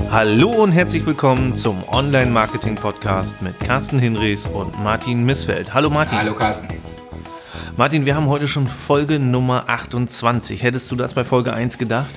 Hallo und herzlich willkommen zum Online-Marketing-Podcast mit Carsten Hinrichs und Martin Missfeld. Hallo Martin. Hallo Carsten. Martin, wir haben heute schon Folge Nummer 28. Hättest du das bei Folge 1 gedacht?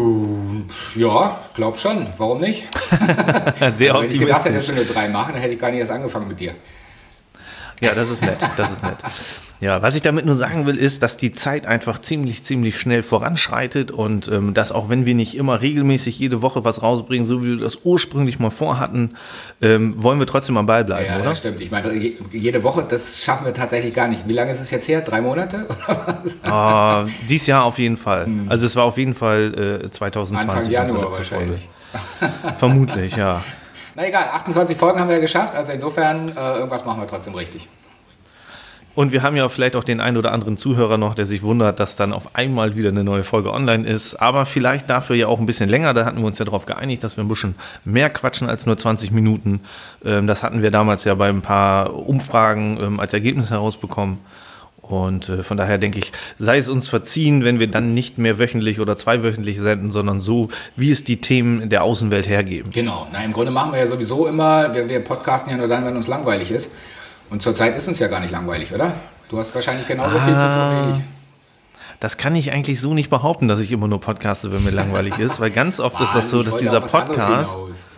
Ja, glaub schon. Warum nicht? Sehr wenn ich gedacht hätte, optimistisch. dass wir nur 3 machen, dann hätte ich gar nicht erst angefangen mit dir. Ja, das ist nett, das ist nett. Ja, was ich damit nur sagen will, ist, dass die Zeit einfach ziemlich schnell voranschreitet und dass auch wenn wir nicht immer regelmäßig jede Woche was rausbringen, so wie wir das ursprünglich mal vorhatten, wollen wir trotzdem am Ball bleiben, Ja, oder? das stimmt. Ich meine, jede Woche, das schaffen wir tatsächlich gar nicht. Wie lange ist es jetzt her? 3 Monate? Oder was? Dies Jahr auf jeden Fall. Also es war auf jeden Fall 2020. Anfang Januar unsere letzte wahrscheinlich. Folge. Vermutlich, ja. Na egal, 28 Folgen haben wir ja geschafft. Also insofern, irgendwas machen wir trotzdem richtig. Und wir haben ja vielleicht auch den einen oder anderen Zuhörer noch, der sich wundert, dass dann auf einmal wieder eine neue Folge online ist. Aber vielleicht dafür ja auch ein bisschen länger. Da hatten wir uns ja darauf geeinigt, dass wir ein bisschen mehr quatschen als nur 20 Minuten. Das hatten wir damals ja bei ein paar Umfragen als Ergebnis herausbekommen. Und von daher denke ich, sei es uns verziehen, wenn wir dann nicht mehr wöchentlich oder zweiwöchentlich senden, sondern so, wie es die Themen der Außenwelt hergeben. Genau. Na, im Grunde machen wir ja sowieso immer, wir podcasten ja nur dann, wenn uns langweilig ist. Und zurzeit ist uns ja gar nicht langweilig, oder? Du hast wahrscheinlich genauso viel zu tun wie ich. Das kann ich eigentlich so nicht behaupten, dass ich immer nur podcaste, wenn mir langweilig ist, weil ganz oft ist das so, dass dieser Podcast...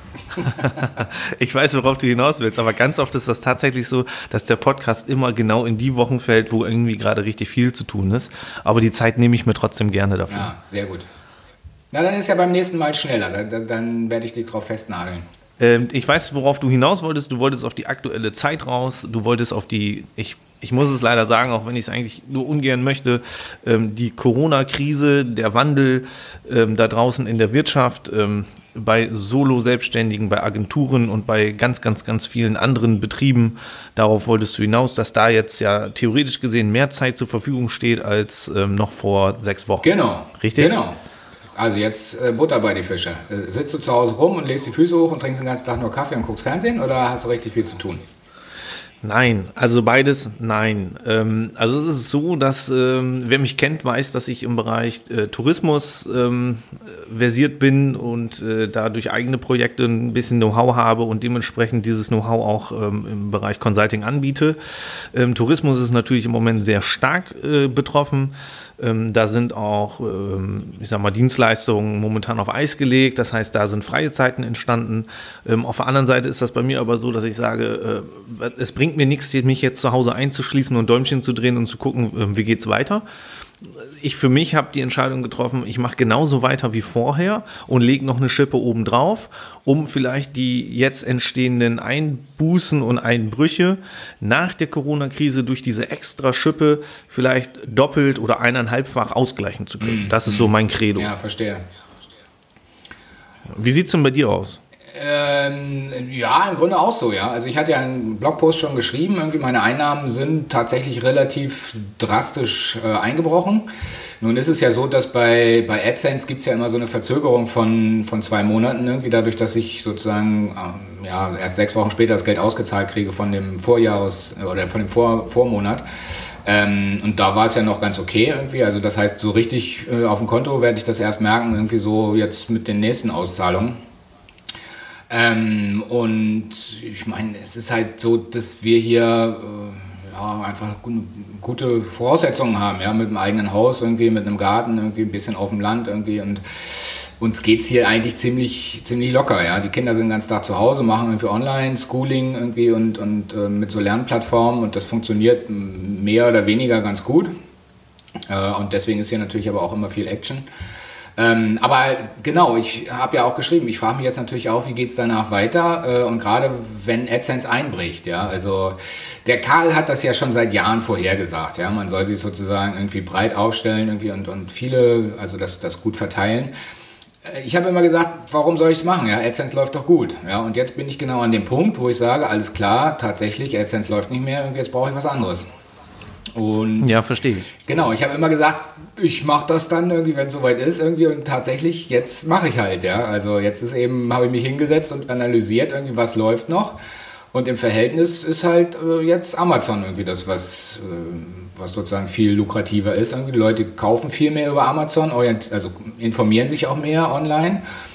Ich weiß, worauf du hinaus willst, aber ganz oft ist das tatsächlich so, dass der Podcast immer genau in die Wochen fällt, wo irgendwie gerade richtig viel zu tun ist. Aber die Zeit nehme ich mir trotzdem gerne dafür. Ja, sehr gut. Na, dann ist ja beim nächsten Mal schneller. Dann werde ich dich drauf festnageln. Ich weiß, worauf du hinaus wolltest. Du wolltest auf die aktuelle Zeit raus. Du wolltest auf die, ich muss es leider sagen, auch wenn ich es eigentlich nur ungern möchte, die Corona-Krise, der Wandel da draußen in der Wirtschaft, bei Solo-Selbstständigen, bei Agenturen und bei ganz vielen anderen Betrieben. Darauf wolltest du hinaus, dass da jetzt ja theoretisch gesehen mehr Zeit zur Verfügung steht als noch vor 6 Wochen. Genau. Richtig? Genau. Also jetzt Butter bei die Fische. Sitzt du zu Hause rum und legst die Füße hoch und trinkst den ganzen Tag nur Kaffee und guckst Fernsehen oder hast du richtig viel zu tun? Nein, also beides nein. Also es ist so, dass wer mich kennt, weiß, dass ich im Bereich Tourismus versiert bin und da durch eigene Projekte ein bisschen Know-how habe und dementsprechend dieses Know-how auch im Bereich Consulting anbiete. Tourismus ist natürlich im Moment sehr stark betroffen. Da sind auch, ich sag mal, Dienstleistungen momentan auf Eis gelegt. Das heißt, da sind freie Zeiten entstanden. Auf der anderen Seite ist das bei mir aber so, dass ich sage, es bringt mir nichts, mich jetzt zu Hause einzuschließen und Däumchen zu drehen und zu gucken, wie geht's weiter. Ich für mich habe die Entscheidung getroffen, ich mache genauso weiter wie vorher und lege noch eine Schippe oben drauf, um vielleicht die jetzt entstehenden Einbußen und Einbrüche nach der Corona-Krise durch diese extra Schippe vielleicht doppelt oder 1,5-fach ausgleichen zu können. Das ist so mein Credo. Ja, verstehe. Wie sieht es denn bei dir aus? Ja, im Grunde auch so, ja. Also ich hatte ja einen Blogpost schon geschrieben, irgendwie meine Einnahmen sind tatsächlich relativ drastisch eingebrochen. Nun ist es ja so, dass bei AdSense gibt es ja immer so eine Verzögerung von 2 Monaten, irgendwie dadurch, dass ich sozusagen erst 6 Wochen später das Geld ausgezahlt kriege von dem Vormonat. Und da war es ja noch ganz okay irgendwie. Also das heißt, so richtig auf dem Konto werde ich das erst merken, irgendwie so jetzt mit den nächsten Auszahlungen. Und ich meine, es ist halt so, dass wir hier einfach gute Voraussetzungen haben, ja, mit einem eigenen Haus irgendwie, mit einem Garten irgendwie, ein bisschen auf dem Land irgendwie und uns geht's hier eigentlich ziemlich locker, ja. Die Kinder sind den ganzen Tag zu Hause, machen irgendwie Online-Schooling irgendwie und mit so Lernplattformen und das funktioniert mehr oder weniger ganz gut. Und deswegen ist hier natürlich aber auch immer viel Action. Aber genau, ich habe ja auch geschrieben, ich frage mich jetzt natürlich auch, wie geht es danach weiter und gerade wenn AdSense einbricht, ja, also der Karl hat das ja schon seit Jahren vorhergesagt, ja, man soll sich sozusagen irgendwie breit aufstellen irgendwie und viele, also das gut verteilen. Ich habe immer gesagt, warum soll ich es machen, ja, AdSense läuft doch gut, ja, und jetzt bin ich genau an dem Punkt, wo ich sage, alles klar, tatsächlich, AdSense läuft nicht mehr und jetzt brauche ich was anderes. Und ja, verstehe ich. Genau, ich habe immer gesagt, ich mache das dann irgendwie, wenn es soweit ist irgendwie und tatsächlich, jetzt mache ich halt, ja. Also jetzt ist eben, habe ich mich hingesetzt und analysiert irgendwie, was läuft noch und im Verhältnis ist halt jetzt Amazon irgendwie das, was sozusagen viel lukrativer ist. Irgendwie die Leute kaufen viel mehr über Amazon, also informieren sich auch mehr online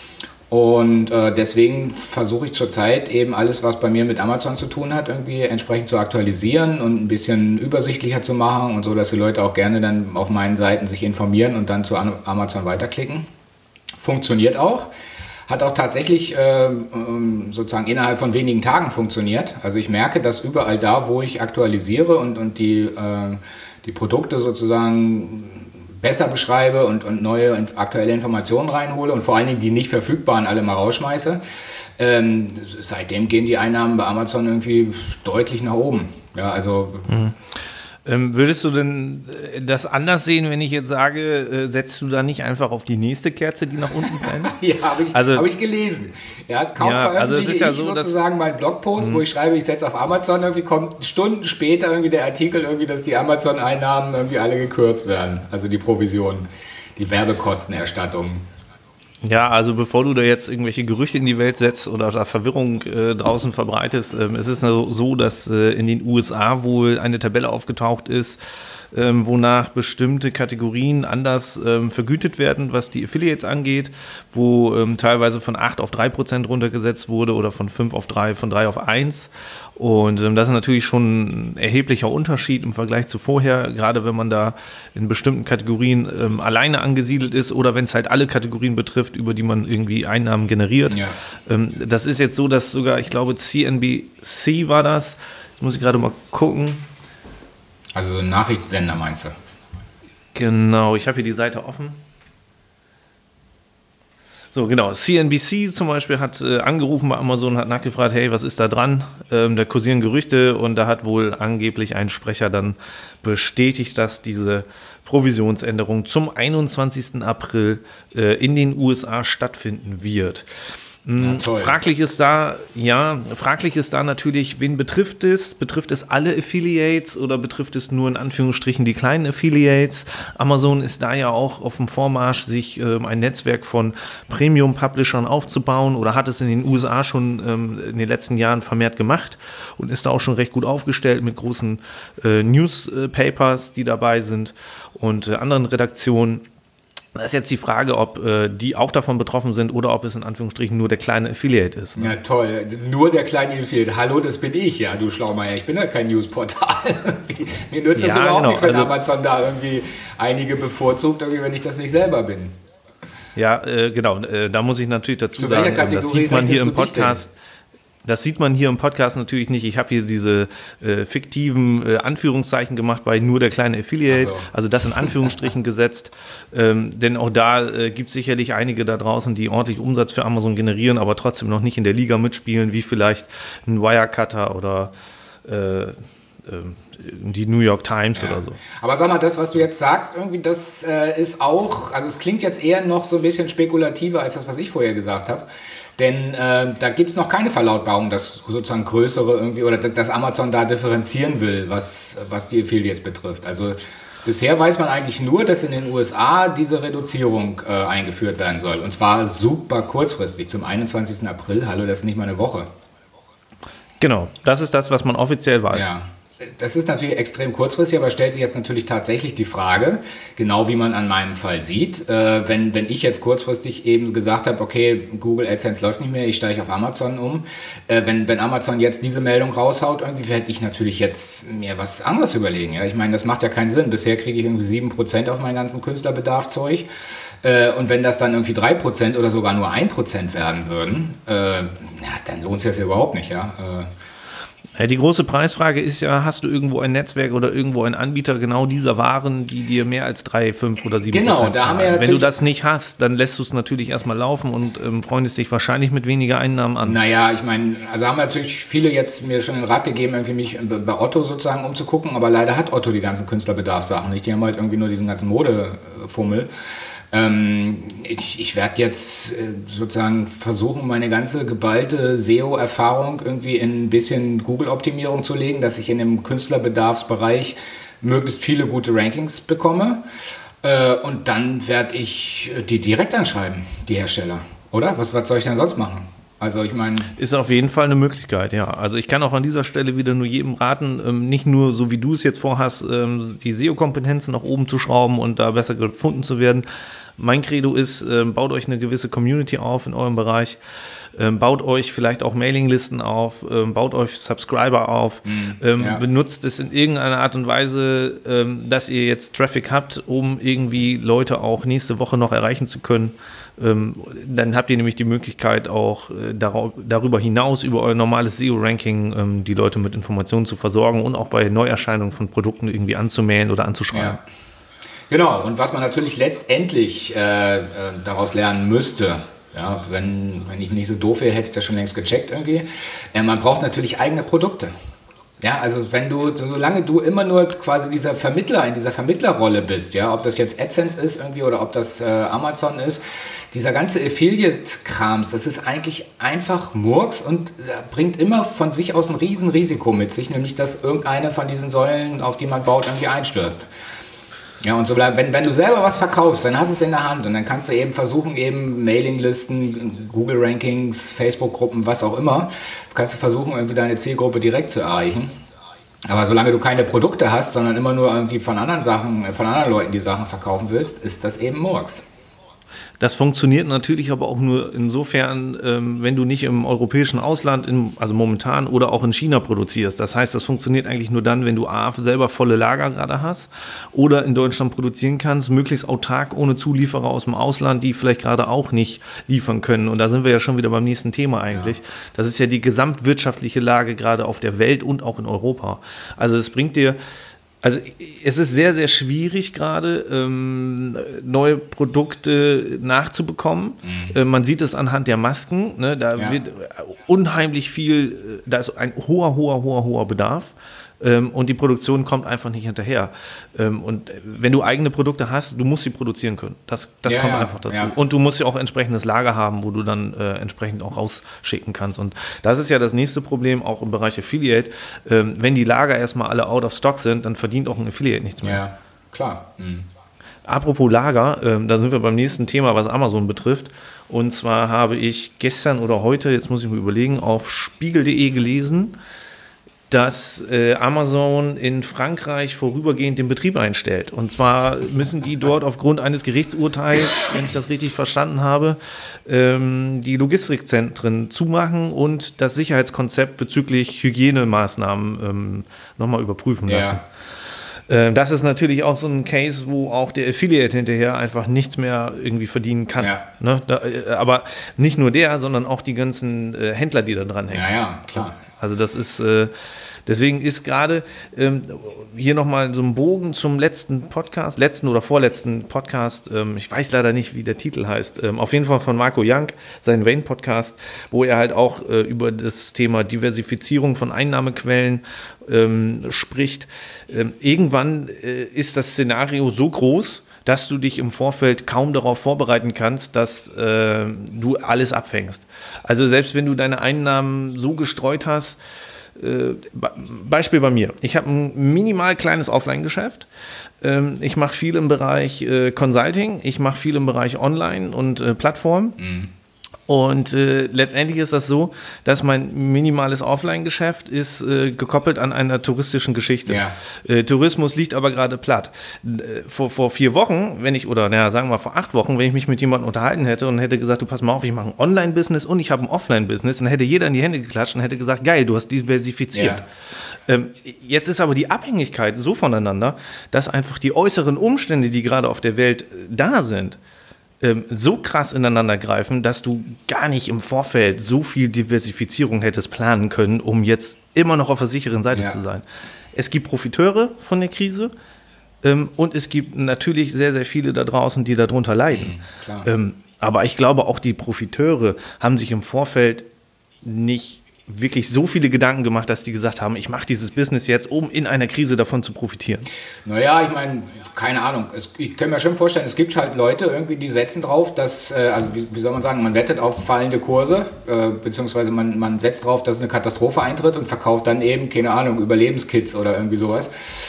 Und deswegen versuche ich zurzeit eben alles, was bei mir mit Amazon zu tun hat, irgendwie entsprechend zu aktualisieren und ein bisschen übersichtlicher zu machen und so, dass die Leute auch gerne dann auf meinen Seiten sich informieren und dann zu Amazon weiterklicken. Funktioniert auch. Hat auch tatsächlich sozusagen innerhalb von wenigen Tagen funktioniert. Also ich merke, dass überall da, wo ich aktualisiere und die Produkte sozusagen besser beschreibe und neue aktuelle Informationen reinhole und vor allen Dingen die nicht verfügbaren alle mal rausschmeiße, seitdem gehen die Einnahmen bei Amazon irgendwie deutlich nach oben. Ja, also... Würdest du denn das anders sehen, wenn ich jetzt sage, setzt du da nicht einfach auf die nächste Kerze, die nach unten brennt? Ja, hab ich gelesen. Ja, kaum veröffentliche ich sozusagen meinen Blogpost, wo ich schreibe, ich setze auf Amazon, irgendwie kommt Stunden später irgendwie der Artikel, irgendwie, dass die Amazon-Einnahmen irgendwie alle gekürzt werden. Also die Provisionen, die Werbekostenerstattung. Ja, also bevor du da jetzt irgendwelche Gerüchte in die Welt setzt oder da Verwirrung draußen verbreitest, es ist so, dass in den USA wohl eine Tabelle aufgetaucht ist, wonach bestimmte Kategorien anders vergütet werden, was die Affiliates angeht, wo teilweise von 8 auf 3% runtergesetzt wurde oder von 5 auf 3, von 3 auf 1. Und das ist natürlich schon ein erheblicher Unterschied im Vergleich zu vorher, gerade wenn man da in bestimmten Kategorien alleine angesiedelt ist oder wenn es halt alle Kategorien betrifft, über die man irgendwie Einnahmen generiert. Ja. Das ist jetzt so, dass sogar, ich glaube, CNBC war das. Jetzt muss ich gerade mal gucken. Also Nachrichtensender meinst du? Genau, ich habe hier die Seite offen. So, genau. CNBC zum Beispiel hat angerufen bei Amazon, hat nachgefragt, hey, was ist da dran? Da kursieren Gerüchte und da hat wohl angeblich ein Sprecher dann bestätigt, dass diese Provisionsänderung zum 21. April in den USA stattfinden wird. Ja, fraglich ist da natürlich, wen betrifft es? Betrifft es alle Affiliates oder betrifft es nur in Anführungsstrichen die kleinen Affiliates? Amazon ist da ja auch auf dem Vormarsch, sich ein Netzwerk von Premium-Publishern aufzubauen oder hat es in den USA schon in den letzten Jahren vermehrt gemacht und ist da auch schon recht gut aufgestellt mit großen Newspapers, die dabei sind und anderen Redaktionen. Da ist jetzt die Frage, ob die auch davon betroffen sind oder ob es in Anführungsstrichen nur der kleine Affiliate ist. Ne? Ja, toll. Nur der kleine Affiliate. Hallo, das bin ich, ja, du Schlaumeier. Ich bin ja kein Newsportal. Mir nützt das überhaupt nichts, wenn Amazon da irgendwie einige bevorzugt, irgendwie, wenn ich das nicht selber bin. Ja, genau. Da muss ich natürlich dazu sagen, das sieht man hier im Podcast. Das sieht man hier im Podcast natürlich nicht. Ich habe hier diese fiktiven Anführungszeichen gemacht bei nur der kleine Affiliate, also das in Anführungsstrichen gesetzt. Denn auch da gibt es sicherlich einige da draußen, die ordentlich Umsatz für Amazon generieren, aber trotzdem noch nicht in der Liga mitspielen, wie vielleicht ein Wirecutter oder die New York Times oder so. Aber sag mal, das, was du jetzt sagst, irgendwie, das ist auch, also es klingt jetzt eher noch so ein bisschen spekulativer als das, was ich vorher gesagt habe. Denn da gibt es noch keine Verlautbarung, dass sozusagen größere irgendwie oder dass Amazon da differenzieren will, was die Affiliates betrifft. Also bisher weiß man eigentlich nur, dass in den USA diese Reduzierung eingeführt werden soll. Und zwar super kurzfristig, zum 21. April. Hallo, das ist nicht mal eine Woche. Genau, das ist das, was man offiziell weiß. Ja. Das ist natürlich extrem kurzfristig, aber stellt sich jetzt natürlich tatsächlich die Frage, genau wie man an meinem Fall sieht, wenn ich jetzt kurzfristig eben gesagt habe, okay, Google AdSense läuft nicht mehr, ich steige auf Amazon um, wenn Amazon jetzt diese Meldung raushaut, irgendwie werde ich natürlich jetzt mir was anderes überlegen. Ja? Ich meine, das macht ja keinen Sinn. Bisher kriege ich irgendwie 7% auf meinen ganzen Künstlerbedarf-Zeug und wenn das dann irgendwie 3% oder sogar nur 1% werden würden, dann lohnt es sich überhaupt nicht, ja. Die große Preisfrage ist ja, hast du irgendwo ein Netzwerk oder irgendwo einen Anbieter genau dieser Waren, die dir mehr als 3, 5 oder 7% genau, da haben wir ja. Wenn du das nicht hast, dann lässt du es natürlich erstmal laufen und freundest dich wahrscheinlich mit weniger Einnahmen an. Naja, ich meine, also haben natürlich viele jetzt mir schon den Rat gegeben, irgendwie mich bei Otto sozusagen umzugucken, aber leider hat Otto die ganzen Künstlerbedarfssachen nicht. Die haben halt irgendwie nur diesen ganzen Modefummel. Ich werde jetzt sozusagen versuchen, meine ganze geballte SEO-Erfahrung irgendwie in ein bisschen Google-Optimierung zu legen, dass ich in dem Künstlerbedarfsbereich möglichst viele gute Rankings bekomme. Und dann werde ich die direkt anschreiben, die Hersteller. Oder? Was soll ich denn sonst machen? Also ich meine... Ist auf jeden Fall eine Möglichkeit, ja. Also ich kann auch an dieser Stelle wieder nur jedem raten, nicht nur so wie du es jetzt vorhast, die SEO-Kompetenzen nach oben zu schrauben und da besser gefunden zu werden, Mein Credo ist, baut euch eine gewisse Community auf in eurem Bereich, baut euch vielleicht auch Mailinglisten auf, baut euch Subscriber auf, benutzt es in irgendeiner Art und Weise, dass ihr jetzt Traffic habt, um irgendwie Leute auch nächste Woche noch erreichen zu können. Dann habt ihr nämlich die Möglichkeit auch darüber hinaus, über euer normales SEO-Ranking, die Leute mit Informationen zu versorgen und auch bei Neuerscheinungen von Produkten irgendwie anzumelden oder anzuschreiben. Ja. Genau, und was man natürlich letztendlich daraus lernen müsste, ja, wenn ich nicht so doof wäre, hätte ich das schon längst gecheckt irgendwie, man braucht natürlich eigene Produkte. Ja, also solange du immer nur quasi dieser Vermittler in dieser Vermittlerrolle bist, ja, ob das jetzt AdSense ist irgendwie oder ob das Amazon ist, dieser ganze Affiliate-Krams, das ist eigentlich einfach Murks und bringt immer von sich aus ein Riesenrisiko mit sich, nämlich dass irgendeine von diesen Säulen, auf die man baut, irgendwie einstürzt. Ja, und so bleibt, wenn du selber was verkaufst, dann hast du es in der Hand und dann kannst du eben versuchen, eben Mailinglisten, Google-Rankings, Facebook-Gruppen, was auch immer, kannst du versuchen, irgendwie deine Zielgruppe direkt zu erreichen. Aber solange du keine Produkte hast, sondern immer nur irgendwie von anderen Leuten die Sachen verkaufen willst, ist das eben Murks. Das funktioniert natürlich aber auch nur insofern, wenn du nicht im europäischen Ausland, also momentan, oder auch in China produzierst. Das heißt, das funktioniert eigentlich nur dann, wenn du A, selber volle Lager gerade hast oder in Deutschland produzieren kannst, möglichst autark ohne Zulieferer aus dem Ausland, die vielleicht gerade auch nicht liefern können. Und da sind wir ja schon wieder beim nächsten Thema eigentlich. Ja. Das ist ja die gesamtwirtschaftliche Lage gerade auf der Welt und auch in Europa. Also es bringt dir... Also es ist sehr, sehr schwierig gerade, neue Produkte nachzubekommen. Man sieht es anhand der Masken. Ne? Da wird unheimlich viel, da ist ein hoher Bedarf. Und die Produktion kommt einfach nicht hinterher. Und wenn du eigene Produkte hast, du musst sie produzieren können. Das kommt einfach dazu. Ja. Und du musst ja auch entsprechendes Lager haben, wo du dann entsprechend auch rausschicken kannst. Und das ist ja das nächste Problem, auch im Bereich Affiliate. Wenn die Lager erstmal alle out of stock sind, dann verdient auch ein Affiliate nichts mehr. Ja, klar. Mhm. Apropos Lager, da sind wir beim nächsten Thema, was Amazon betrifft. Und zwar habe ich gestern oder heute, jetzt muss ich mir überlegen, auf spiegel.de gelesen, dass Amazon in Frankreich vorübergehend den Betrieb einstellt. Und zwar müssen die dort aufgrund eines Gerichtsurteils, wenn ich das richtig verstanden habe, die Logistikzentren zumachen und das Sicherheitskonzept bezüglich Hygienemaßnahmen nochmal überprüfen lassen. Ja. Das ist natürlich auch so ein Case, wo auch der Affiliate hinterher einfach nichts mehr irgendwie verdienen kann. Ja. Ne? Aber nicht nur der, sondern auch die ganzen Händler, die da dran hängen. Ja, klar. Also das ist, deswegen ist gerade hier nochmal so ein Bogen zum letzten oder vorletzten Podcast, ich weiß leider nicht, wie der Titel heißt, auf jeden Fall von Marco Young, sein Vane-Podcast, wo er halt auch über das Thema Diversifizierung von Einnahmequellen spricht. Irgendwann ist das Szenario so groß, dass du dich im Vorfeld kaum darauf vorbereiten kannst, dass du alles abfängst. Also selbst wenn du deine Einnahmen so gestreut hast, Beispiel bei mir, ich habe ein minimal kleines Offline-Geschäft, ich mache viel im Bereich Consulting, ich mache viel im Bereich Online und Plattform. Mhm. Und letztendlich ist das so, dass mein minimales Offline-Geschäft ist gekoppelt an einer touristischen Geschichte. Ja. Tourismus liegt aber gerade platt. Vor 4 Wochen, sagen wir vor 8 Wochen, wenn ich mich mit jemandem unterhalten hätte und hätte gesagt, du pass mal auf, ich mache ein Online-Business und ich habe ein Offline-Business, dann hätte jeder in die Hände geklatscht und hätte gesagt, geil, du hast diversifiziert. Ja. Jetzt ist aber die Abhängigkeit so voneinander, dass einfach die äußeren Umstände, die gerade auf der Welt da sind, so krass ineinander greifen, dass du gar nicht im Vorfeld so viel Diversifizierung hättest planen können, um jetzt immer noch auf der sicheren Seite zu sein. Es gibt Profiteure von der Krise und es gibt natürlich sehr, sehr viele da draußen, die darunter leiden. Klar. Aber ich glaube, auch die Profiteure haben sich im Vorfeld nicht wirklich so viele Gedanken gemacht, dass die gesagt haben, ich mache dieses Business jetzt, um in einer Krise davon zu profitieren? Naja, ich meine, keine Ahnung. Ich kann mir schon vorstellen, es gibt halt Leute irgendwie, die setzen drauf, dass, also wie soll man sagen, man wettet auf fallende Kurse, beziehungsweise man setzt drauf, dass eine Katastrophe eintritt und verkauft dann eben, keine Ahnung, Überlebenskits oder irgendwie sowas.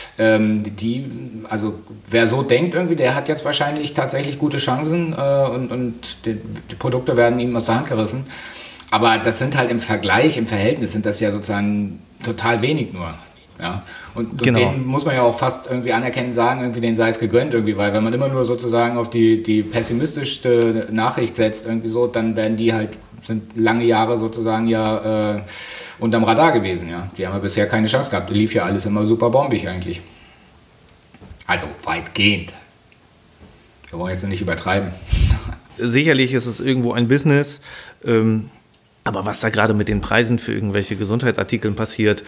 Also wer so denkt irgendwie, der hat jetzt wahrscheinlich tatsächlich gute Chancen und die Produkte werden ihm aus der Hand gerissen. Aber das sind halt im Verhältnis sind das ja sozusagen total wenig nur. Ja, und Genau. den muss man ja auch fast irgendwie anerkennen, sagen, irgendwie den sei es gegönnt irgendwie, weil wenn man immer nur sozusagen auf die pessimistischste Nachricht setzt irgendwie so, dann werden die halt, sind lange Jahre sozusagen ja unterm Radar gewesen, ja. Die haben ja bisher keine Chance gehabt, lief ja alles immer super bombig eigentlich. Also weitgehend. Wir wollen jetzt nicht übertreiben. Sicherlich ist es irgendwo ein Business, aber was da gerade mit den Preisen für irgendwelche Gesundheitsartikeln passiert,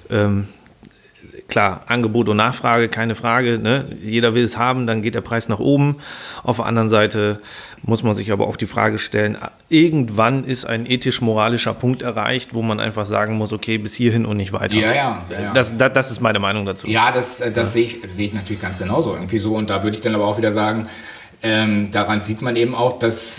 klar, Angebot und Nachfrage, keine Frage, ne? Jeder will es haben, dann geht der Preis nach oben. Auf der anderen Seite muss man sich aber auch die Frage stellen, irgendwann ist ein ethisch-moralischer Punkt erreicht, wo man einfach sagen muss, okay, bis hierhin und nicht weiter. Ja. Das ist meine Meinung dazu. Ja, das sehe ich natürlich ganz genauso irgendwie so. Und da würde ich dann aber auch wieder sagen, daran sieht man eben auch, dass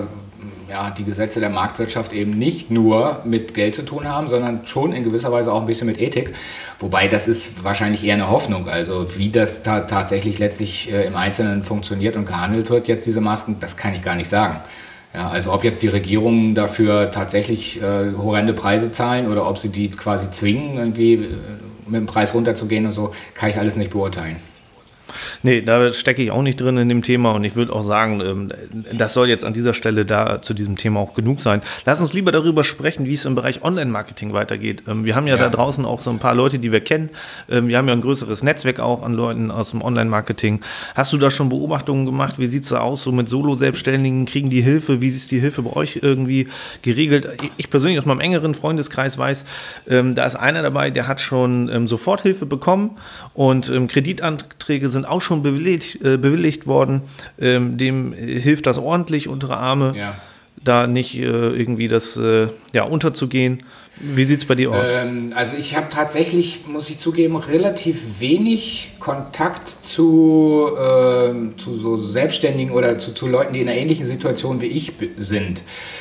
die Gesetze der Marktwirtschaft eben nicht nur mit Geld zu tun haben, sondern schon in gewisser Weise auch ein bisschen mit Ethik. Wobei das ist wahrscheinlich eher eine Hoffnung. Also wie das tatsächlich letztlich im Einzelnen funktioniert und gehandelt wird, jetzt diese Masken, das kann ich gar nicht sagen. Ja, also ob jetzt die Regierungen dafür tatsächlich horrende Preise zahlen oder ob sie die quasi zwingen, irgendwie mit dem Preis runterzugehen und so, kann ich alles nicht beurteilen. Nee, da stecke ich auch nicht drin in dem Thema und ich würde auch sagen, das soll jetzt an dieser Stelle da zu diesem Thema auch genug sein. Lass uns lieber darüber sprechen, wie es im Bereich Online-Marketing weitergeht. Wir haben ja da draußen auch so ein paar Leute, die wir kennen. Wir haben ja ein größeres Netzwerk auch an Leuten aus dem Online-Marketing. Hast du da schon Beobachtungen gemacht? Wie sieht es da aus, so mit Solo-Selbstständigen? Kriegen die Hilfe? Wie ist die Hilfe bei euch irgendwie geregelt? Ich persönlich aus meinem engeren Freundeskreis weiß, da ist einer dabei, der hat schon Soforthilfe bekommen und Kreditanträge sind auch schon bewilligt worden. Dem hilft das ordentlich untere Arme, da nicht irgendwie das unterzugehen. Wie sieht es bei dir aus? Also ich habe tatsächlich, muss ich zugeben, relativ wenig Kontakt zu so Selbstständigen oder zu Leuten, die in einer ähnlichen Situation wie ich sind.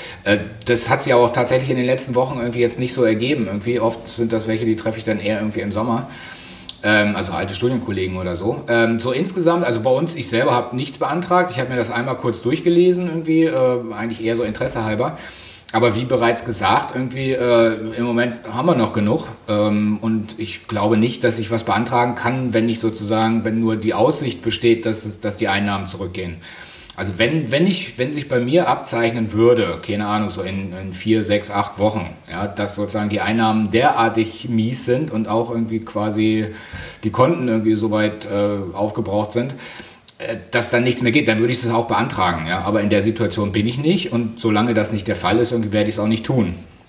Das hat sich ja auch tatsächlich in den letzten Wochen irgendwie jetzt nicht so ergeben. Irgendwie oft sind das welche, die treffe ich dann eher irgendwie im Sommer. Also alte Studienkollegen oder so. So insgesamt, also bei uns, ich selber habe nichts beantragt. Ich habe mir das einmal kurz durchgelesen, irgendwie, eigentlich eher so interessehalber. Aber wie bereits gesagt, irgendwie im Moment haben wir noch genug. Und ich glaube nicht, dass ich was beantragen kann, wenn nur die Aussicht besteht, dass die Einnahmen zurückgehen. Also wenn sich bei mir abzeichnen würde, keine Ahnung, so in 4, 6, 8 Wochen, ja, dass sozusagen die Einnahmen derartig mies sind und auch irgendwie quasi die Konten irgendwie soweit aufgebraucht sind, dass dann nichts mehr geht, dann würde ich es auch beantragen. Ja? Aber in der Situation bin ich nicht und solange das nicht der Fall ist, irgendwie werde ich es auch nicht tun.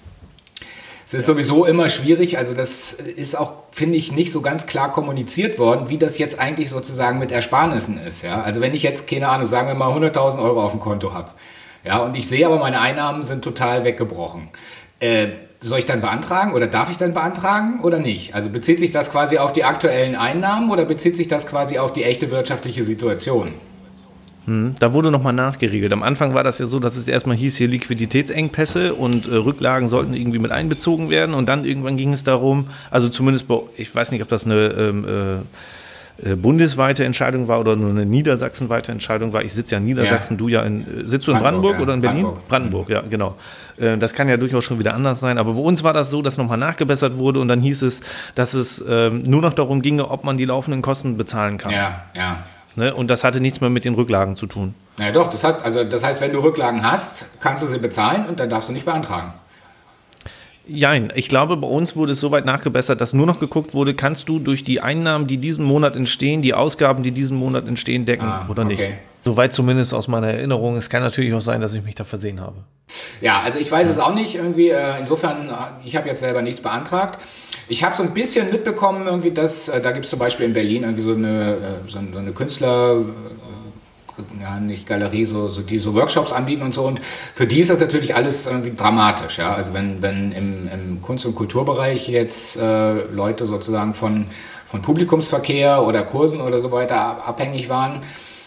Es ist sowieso immer schwierig, also das ist auch, finde ich, nicht so ganz klar kommuniziert worden, wie das jetzt eigentlich sozusagen mit Ersparnissen ist. Ja? Also wenn ich jetzt, keine Ahnung, sagen wir mal 100.000 Euro auf dem Konto habe, ja, und ich sehe aber, meine Einnahmen sind total weggebrochen. Soll ich dann beantragen oder darf ich dann beantragen oder nicht? Also bezieht sich das quasi auf die aktuellen Einnahmen oder bezieht sich das quasi auf die echte wirtschaftliche Situation? Da wurde nochmal nachgeregelt. Am Anfang war das ja so, dass es erstmal hieß, hier Liquiditätsengpässe und Rücklagen sollten irgendwie mit einbezogen werden. Und dann irgendwann ging es darum, also zumindest, ich weiß nicht, ob das eine bundesweite Entscheidung war oder nur eine niedersachsenweite Entscheidung war. Ich sitze ja in Niedersachsen, du ja sitzt du in Brandenburg oder in Berlin? Brandenburg, ja, genau. Das kann ja durchaus schon wieder anders sein. Aber bei uns war das so, dass nochmal nachgebessert wurde und dann hieß es, dass es nur noch darum ginge, ob man die laufenden Kosten bezahlen kann. Ja. Ne? Und das hatte nichts mehr mit den Rücklagen zu tun. Ja doch, das heißt, wenn du Rücklagen hast, kannst du sie bezahlen und dann darfst du nicht beantragen. Jein, ich glaube, bei uns wurde es so weit nachgebessert, dass nur noch geguckt wurde, kannst du durch die Einnahmen, die diesen Monat entstehen, die Ausgaben, die diesen Monat entstehen, decken oder nicht. Soweit zumindest aus meiner Erinnerung. Es kann natürlich auch sein, dass ich mich da versehen habe. Ja, also ich weiß es auch nicht irgendwie. Insofern, ich habe jetzt selber nichts beantragt. Ich habe so ein bisschen mitbekommen, irgendwie, dass da gibt es zum Beispiel in Berlin irgendwie so eine Künstler, nicht Galerie, die so Workshops anbieten und so. Und für die ist das natürlich alles irgendwie dramatisch. Ja? Also wenn im Kunst- und Kulturbereich jetzt Leute sozusagen von Publikumsverkehr oder Kursen oder so weiter abhängig waren,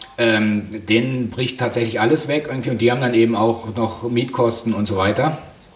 denen bricht tatsächlich alles weg irgendwie und die haben dann eben auch noch Mietkosten und so weiter.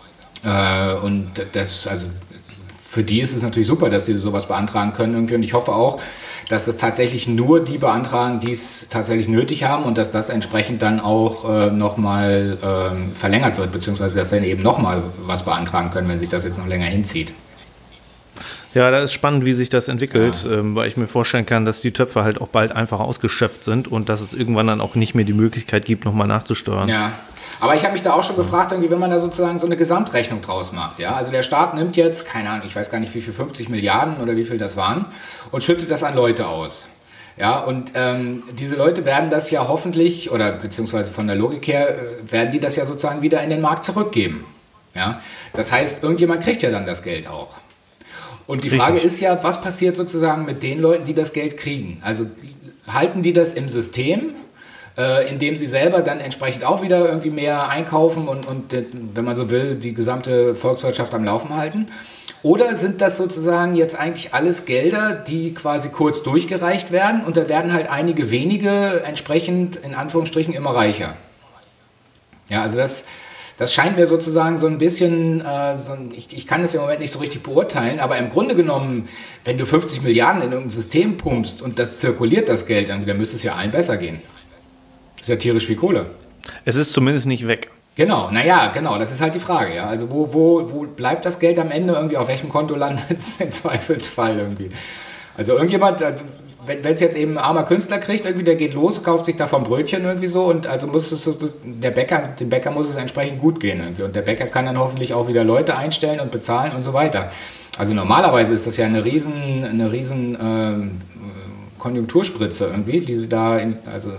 Und das, also für die ist es natürlich super, dass sie sowas beantragen können irgendwie. Und ich hoffe auch, dass das tatsächlich nur die beantragen, die es tatsächlich nötig haben und dass das entsprechend dann auch nochmal verlängert wird, beziehungsweise dass sie dann eben nochmal was beantragen können, wenn sich das jetzt noch länger hinzieht. Ja, das ist spannend, wie sich das entwickelt, weil ich mir vorstellen kann, dass die Töpfe halt auch bald einfach ausgeschöpft sind und dass es irgendwann dann auch nicht mehr die Möglichkeit gibt, nochmal nachzusteuern. Ja, aber ich habe mich da auch schon gefragt, irgendwie, wenn man da sozusagen so eine Gesamtrechnung draus macht. Ja? Also der Staat nimmt jetzt, keine Ahnung, ich weiß gar nicht, wie viel, 50 Milliarden oder wie viel das waren und schüttet das an Leute aus. Ja, und diese Leute werden das ja hoffentlich, oder beziehungsweise von der Logik her, werden die das ja sozusagen wieder in den Markt zurückgeben. Ja? Das heißt, irgendjemand kriegt ja dann das Geld auch. Und die Frage ist ja, was passiert sozusagen mit den Leuten, die das Geld kriegen? Also halten die das im System, indem sie selber dann entsprechend auch wieder irgendwie mehr einkaufen und wenn man so will, die gesamte Volkswirtschaft am Laufen halten? Oder sind das sozusagen jetzt eigentlich alles Gelder, die quasi kurz durchgereicht werden und da werden halt einige wenige entsprechend in Anführungsstrichen immer reicher? Ja, also das scheint mir sozusagen so ein bisschen, ich kann das im Moment nicht so richtig beurteilen, aber im Grunde genommen, wenn du 50 Milliarden in irgendein System pumpst und das zirkuliert das Geld, dann müsste es ja allen besser gehen. Das ist ja tierisch wie Kohle. Es ist zumindest nicht weg. Genau, genau, das ist halt die Frage. Ja? Also wo bleibt das Geld am Ende irgendwie, auf welchem Konto landet es im Zweifelsfall irgendwie? Also irgendjemand, wenn es jetzt eben ein armer Künstler kriegt, irgendwie, der geht los, kauft sich davon Brötchen irgendwie so und also muss es so, dem Bäcker muss es entsprechend gut gehen irgendwie und der Bäcker kann dann hoffentlich auch wieder Leute einstellen und bezahlen und so weiter. Also normalerweise ist das ja eine riesen Konjunkturspritze irgendwie, die sie da, ein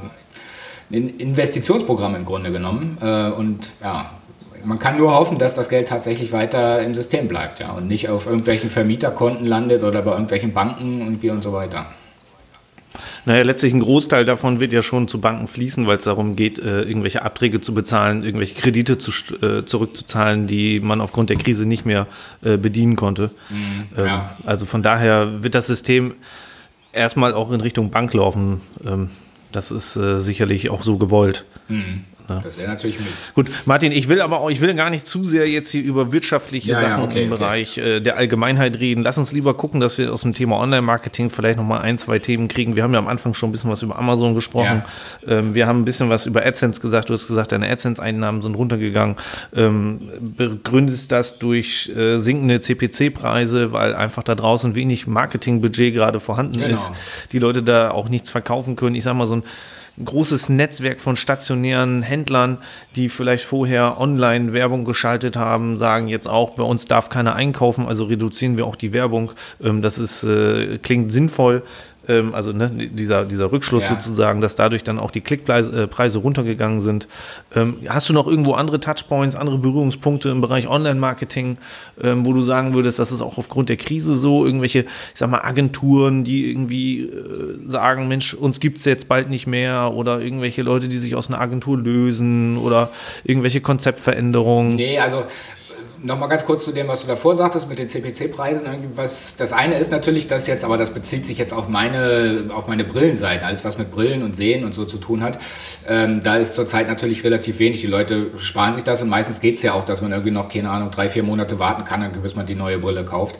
Investitionsprogramm im Grunde genommen und ja, man kann nur hoffen, dass das Geld tatsächlich weiter im System bleibt, ja, und nicht auf irgendwelchen Vermieterkonten landet oder bei irgendwelchen Banken und so weiter. Naja, letztlich ein Großteil davon wird ja schon zu Banken fließen, weil es darum geht, irgendwelche Abträge zu bezahlen, irgendwelche Kredite zurückzuzahlen, die man aufgrund der Krise nicht mehr bedienen konnte. Ja. Also von daher wird das System erstmal auch in Richtung Bank laufen. Das ist sicherlich auch so gewollt. Das wäre natürlich Mist. Gut, Martin, ich will gar nicht zu sehr jetzt hier über wirtschaftliche Sachen im Bereich der Allgemeinheit reden. Lass uns lieber gucken, dass wir aus dem Thema Online-Marketing vielleicht nochmal 1, 2 Themen kriegen. Wir haben ja am Anfang schon ein bisschen was über Amazon gesprochen. Ja. Wir haben ein bisschen was über AdSense gesagt. Du hast gesagt, deine AdSense-Einnahmen sind runtergegangen. Begründest das durch sinkende CPC-Preise, weil einfach da draußen wenig Marketingbudget gerade vorhanden ist. Die Leute da auch nichts verkaufen können. Ich sag mal, so ein großes Netzwerk von stationären Händlern, die vielleicht vorher online Werbung geschaltet haben, sagen jetzt auch, bei uns darf keiner einkaufen, also reduzieren wir auch die Werbung. Das ist, klingt sinnvoll. Also dieser Rückschluss sozusagen, dass dadurch dann auch die Klickpreise runtergegangen sind. Hast du noch irgendwo andere Touchpoints, andere Berührungspunkte im Bereich Online-Marketing, wo du sagen würdest, das ist auch aufgrund der Krise so, irgendwelche, ich sag mal, Agenturen, die irgendwie sagen, Mensch, uns gibt's jetzt bald nicht mehr, oder irgendwelche Leute, die sich aus einer Agentur lösen, oder irgendwelche Konzeptveränderungen? Nee, also nochmal ganz kurz zu dem, was du davor sagtest mit den CPC-Preisen. Das eine ist natürlich, dass jetzt, aber das bezieht sich jetzt auf meine Brillenseite, alles was mit Brillen und Sehen und so zu tun hat. Da ist zurzeit natürlich relativ wenig. Die Leute sparen sich das und meistens geht es ja auch, dass man irgendwie noch, keine Ahnung, 3-4 Monate warten kann, bis man die neue Brille kauft.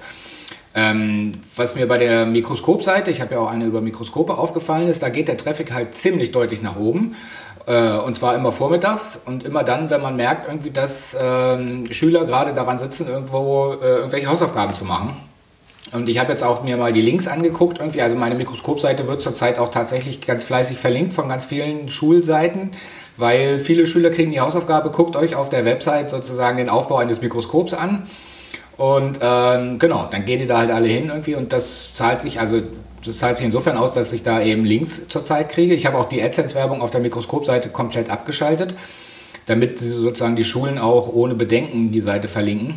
Was mir bei der Mikroskopseite, ich habe ja auch eine über Mikroskope, aufgefallen ist, da geht der Traffic halt ziemlich deutlich nach oben. Und zwar immer vormittags und immer dann, wenn man merkt, irgendwie, dass Schüler gerade daran sitzen, irgendwo irgendwelche Hausaufgaben zu machen. Und ich habe jetzt auch mir mal die Links angeguckt, irgendwie. Also meine Mikroskopseite wird zurzeit auch tatsächlich ganz fleißig verlinkt von ganz vielen Schulseiten, weil viele Schüler kriegen die Hausaufgabe, guckt euch auf der Website sozusagen den Aufbau eines Mikroskops an. Und genau, dann gehen die da halt alle hin irgendwie und das zahlt sich insofern aus, dass ich da eben Links zurzeit kriege. Ich habe auch die AdSense-Werbung auf der Mikroskopseite komplett abgeschaltet, damit sie sozusagen die Schulen auch ohne Bedenken die Seite verlinken.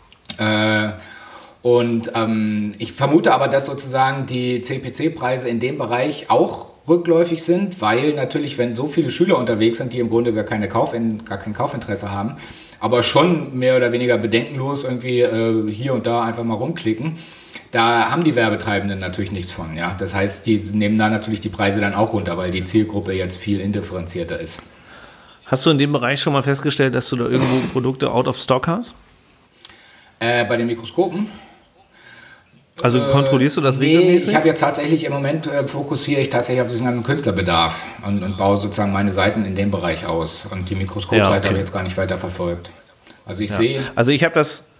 Ich vermute aber, dass sozusagen die CPC-Preise in dem Bereich auch rückläufig sind, weil natürlich, wenn so viele Schüler unterwegs sind, die im Grunde gar kein Kaufinteresse haben, aber schon mehr oder weniger bedenkenlos irgendwie hier und da einfach mal rumklicken, da haben die Werbetreibenden natürlich nichts von. Ja? Das heißt, die nehmen da natürlich die Preise dann auch runter, weil die Zielgruppe jetzt viel indifferenzierter ist. Hast du in dem Bereich schon mal festgestellt, dass du da irgendwo Produkte out of stock hast? Bei den Mikroskopen? Also kontrollierst du das regelmäßig? Ich habe jetzt tatsächlich im Moment fokussiere ich tatsächlich auf diesen ganzen Künstlerbedarf und baue sozusagen meine Seiten in dem Bereich aus. Und die Mikroskopseite habe ich jetzt gar nicht weiter verfolgt. Also ich sehe... Also ich habe das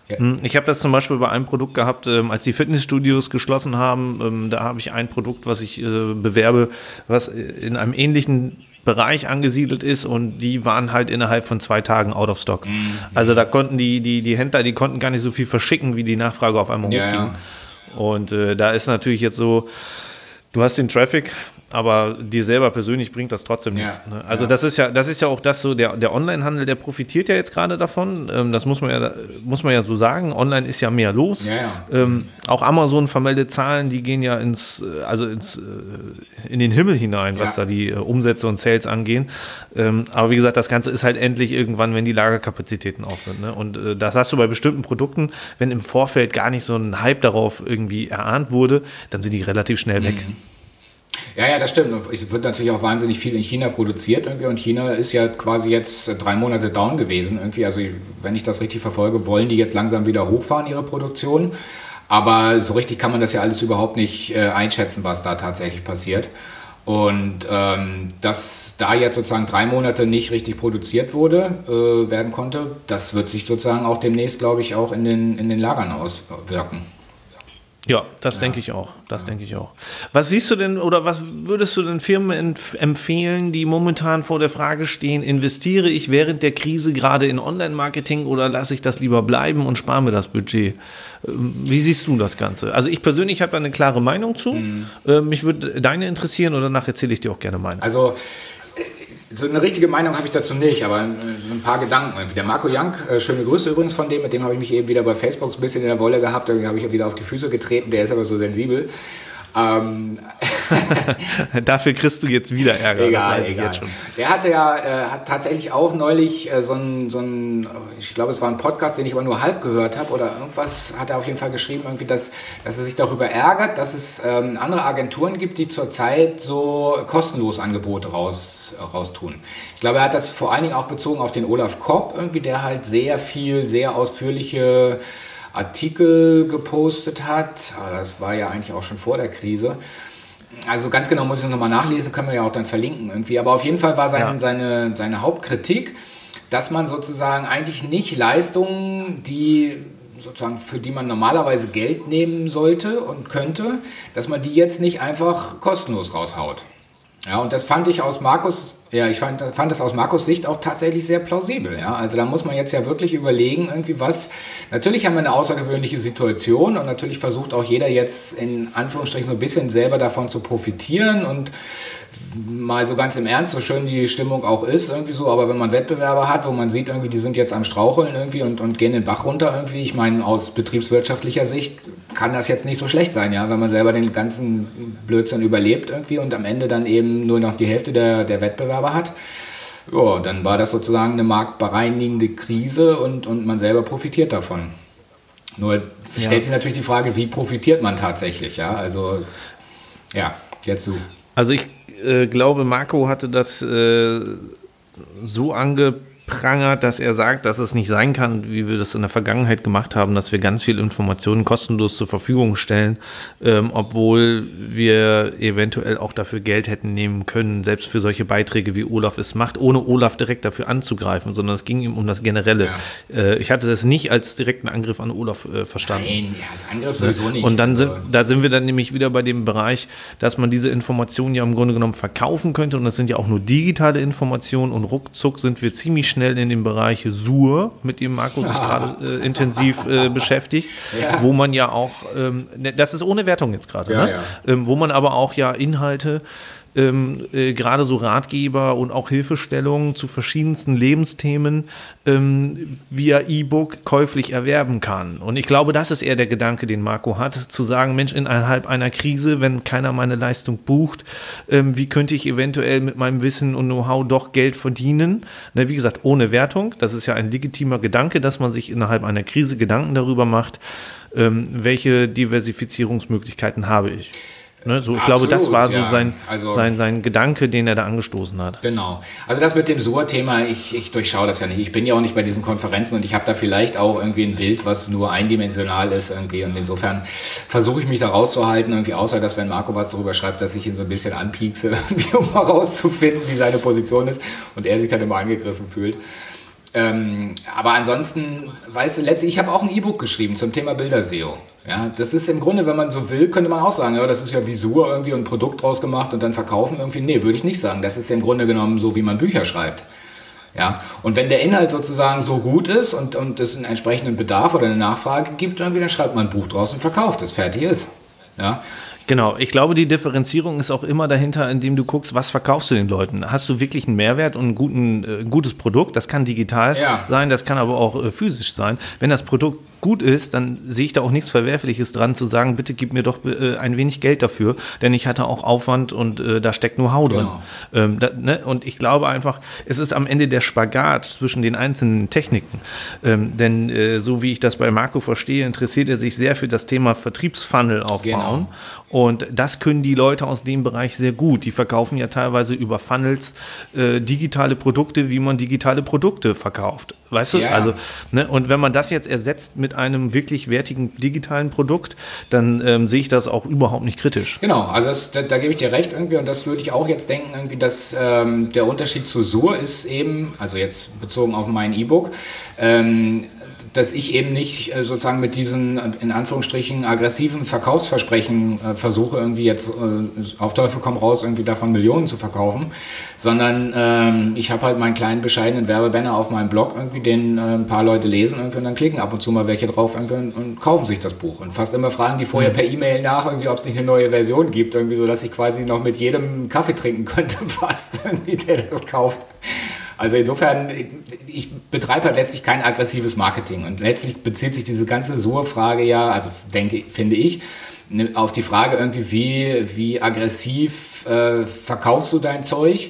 Ja. Ich habe das zum Beispiel bei einem Produkt gehabt, als die Fitnessstudios geschlossen haben, da habe ich ein Produkt, was ich bewerbe, was in einem ähnlichen Bereich angesiedelt ist und die waren halt innerhalb von 2 Tagen out of stock. Also da konnten die Händler, die konnten gar nicht so viel verschicken, wie die Nachfrage auf einmal hochging. Ja. Und da ist natürlich jetzt so, du hast den Traffic, aber dir selber persönlich bringt das trotzdem nichts. Ja, Ne? Also das ist ja auch das so, der Onlinehandel, der profitiert ja jetzt gerade davon. Das muss man ja so sagen. Online ist ja mehr los. Ja. Auch Amazon vermeldet Zahlen, die gehen ja in den Himmel hinein, was da die Umsätze und Sales angehen. Aber wie gesagt, das Ganze ist halt endlich irgendwann, wenn die Lagerkapazitäten auf sind. Ne? Und das hast du bei bestimmten Produkten, wenn im Vorfeld gar nicht so ein Hype darauf irgendwie erahnt wurde, dann sind die relativ schnell weg. Ja, das stimmt. Es wird natürlich auch wahnsinnig viel in China produziert irgendwie und China ist ja quasi jetzt 3 Monate down gewesen irgendwie. Also wenn ich das richtig verfolge, wollen die jetzt langsam wieder hochfahren, ihre Produktion. Aber so richtig kann man das ja alles überhaupt nicht einschätzen, was da tatsächlich passiert. Und dass da jetzt sozusagen 3 Monate nicht richtig produziert werden konnte, das wird sich sozusagen auch demnächst, glaube ich, auch in den Lagern auswirken. Ja, das denke ich auch. Was siehst du denn oder was würdest du den Firmen empfehlen, die momentan vor der Frage stehen, investiere ich während der Krise gerade in Online-Marketing oder lasse ich das lieber bleiben und spare mir das Budget? Wie siehst du das Ganze? Also ich persönlich habe da eine klare Meinung zu. Mich würde deine interessieren oder danach erzähle ich dir auch gerne meine. Also so eine richtige Meinung habe ich dazu nicht, aber ein paar Gedanken. Der Marco Jank, schöne Grüße übrigens von dem, mit dem habe ich mich eben wieder bei Facebook so ein bisschen in der Wolle gehabt, da habe ich wieder auf die Füße getreten, der ist aber so sensibel. Dafür kriegst du jetzt wieder Ärger. Egal. Jetzt schon. Der hat tatsächlich auch neulich so ein, ich glaube es war ein Podcast, den ich aber nur halb gehört habe oder irgendwas hat er auf jeden Fall geschrieben, irgendwie, dass er sich darüber ärgert, dass es andere Agenturen gibt, die zurzeit so kostenlos Angebote raustun. Ich glaube, er hat das vor allen Dingen auch bezogen auf den Olaf Kopp, irgendwie, der halt sehr ausführliche Artikel gepostet hat. Das war ja eigentlich auch schon vor der Krise. Also ganz genau muss ich nochmal nachlesen, können wir ja auch dann verlinken irgendwie. Aber auf jeden Fall war seine Hauptkritik, dass man sozusagen eigentlich nicht Leistungen, die sozusagen für die man normalerweise Geld nehmen sollte und könnte, dass man die jetzt nicht einfach kostenlos raushaut. Ja, und das fand ich aus Markus Sicht auch tatsächlich sehr plausibel. Ja? Also da muss man jetzt ja wirklich überlegen, irgendwie natürlich haben wir eine außergewöhnliche Situation und natürlich versucht auch jeder jetzt in Anführungsstrichen so ein bisschen selber davon zu profitieren und mal so ganz im Ernst, so schön die Stimmung auch ist, irgendwie so, aber wenn man Wettbewerber hat, wo man sieht, irgendwie, die sind jetzt am Straucheln irgendwie und gehen den Bach runter irgendwie, ich meine, aus betriebswirtschaftlicher Sicht kann das jetzt nicht so schlecht sein, ja, wenn man selber den ganzen Blödsinn überlebt irgendwie und am Ende dann eben nur noch die Hälfte der Wettbewerber hat. Ja, dann war das sozusagen eine marktbereinigende Krise und man selber profitiert davon. Nur stellt sich natürlich die Frage, wie profitiert man tatsächlich, ja, also, ja, jetzt du. Also ich glaube, Marco hatte das so angeprangert, dass er sagt, dass es nicht sein kann, wie wir das in der Vergangenheit gemacht haben, dass wir ganz viel Informationen kostenlos zur Verfügung stellen, obwohl wir eventuell auch dafür Geld hätten nehmen können, selbst für solche Beiträge, wie Olaf es macht, ohne Olaf direkt dafür anzugreifen, sondern es ging ihm um das Generelle. Ja. Ich hatte das nicht als direkten Angriff an Olaf verstanden. Nein, als Angriff sowieso nicht. Und dann sind wir dann nämlich wieder bei dem Bereich, dass man diese Informationen ja im Grunde genommen verkaufen könnte und das sind ja auch nur digitale Informationen und ruckzuck sind wir ziemlich schnell in dem Bereich Sur, mit dem Marco sich gerade intensiv beschäftigt, wo man ja auch, das ist ohne Wertung jetzt gerade, wo man aber auch ja Inhalte, gerade so Ratgeber und auch Hilfestellungen zu verschiedensten Lebensthemen via E-Book käuflich erwerben kann. Und ich glaube, das ist eher der Gedanke, den Marco hat, zu sagen, Mensch, innerhalb einer Krise, wenn keiner meine Leistung bucht, wie könnte ich eventuell mit meinem Wissen und Know-how doch Geld verdienen? Ne, wie gesagt, ohne Wertung, das ist ja ein legitimer Gedanke, dass man sich innerhalb einer Krise Gedanken darüber macht, welche Diversifizierungsmöglichkeiten habe ich. Ne, so, ich Absolut, glaube, das war so sein Gedanke, den er da angestoßen hat. Genau. Also das mit dem SUR-Thema, ich durchschaue das ja nicht. Ich bin ja auch nicht bei diesen Konferenzen und ich habe da vielleicht auch irgendwie ein Bild, was nur eindimensional ist irgendwie. Und insofern versuche ich mich da rauszuhalten, irgendwie, außer dass, wenn Marco was darüber schreibt, dass ich ihn so ein bisschen anpiekse, um mal rauszufinden, wie seine Position ist und er sich dann immer angegriffen fühlt. Aber ansonsten, weißt du, letztlich, ich habe auch ein E-Book geschrieben zum Thema Bilder-SEO. Ja, das ist im Grunde, wenn man so will, könnte man auch sagen, ja, das ist ja Visur irgendwie ein Produkt draus gemacht und dann verkaufen irgendwie. Nee, würde ich nicht sagen. Das ist im Grunde genommen so, wie man Bücher schreibt. Ja, und wenn der Inhalt sozusagen so gut ist und es einen entsprechenden Bedarf oder eine Nachfrage gibt, irgendwie, dann schreibt man ein Buch draus und verkauft es, fertig ist. Ja. Genau, ich glaube, die Differenzierung ist auch immer dahinter, indem du guckst, was verkaufst du den Leuten. Hast du wirklich einen Mehrwert und ein gutes Produkt? Das kann digital sein, das kann aber auch physisch sein. Wenn das Produkt gut ist, dann sehe ich da auch nichts Verwerfliches dran, zu sagen, bitte gib mir doch ein wenig Geld dafür, denn ich hatte auch Aufwand und da steckt Know-how drin. Genau. Und ich glaube einfach, es ist am Ende der Spagat zwischen den einzelnen Techniken. Denn so wie ich das bei Marco verstehe, interessiert er sich sehr für das Thema Vertriebsfunnel aufbauen. Genau. Und das können die Leute aus dem Bereich sehr gut. Die verkaufen ja teilweise über Funnels digitale Produkte, wie man digitale Produkte verkauft. Weißt du? Ja. Also, und wenn man das jetzt ersetzt mit einem wirklich wertigen digitalen Produkt, dann sehe ich das auch überhaupt nicht kritisch. Genau, also da gebe ich dir recht irgendwie und das würde ich auch jetzt denken, irgendwie, dass der Unterschied zu Sur ist eben, also jetzt bezogen auf mein E-Book, dass ich eben nicht sozusagen mit diesen, in Anführungsstrichen, aggressiven Verkaufsversprechen versuche, irgendwie jetzt auf Teufel komm raus, irgendwie davon Millionen zu verkaufen, sondern ich habe halt meinen kleinen, bescheidenen Werbebanner auf meinem Blog, irgendwie, den ein paar Leute lesen irgendwie, und dann klicken ab und zu mal welche drauf irgendwie, und kaufen sich das Buch. Und fast immer fragen die vorher per E-Mail nach, irgendwie, ob es nicht eine neue Version gibt, irgendwie so, dass ich quasi noch mit jedem Kaffee trinken könnte, fast, irgendwie, der das kauft. Also insofern, ich betreibe halt letztlich kein aggressives Marketing und letztlich bezieht sich diese ganze Sur-Frage ja, also finde ich, auf die Frage irgendwie, wie aggressiv verkaufst du dein Zeug?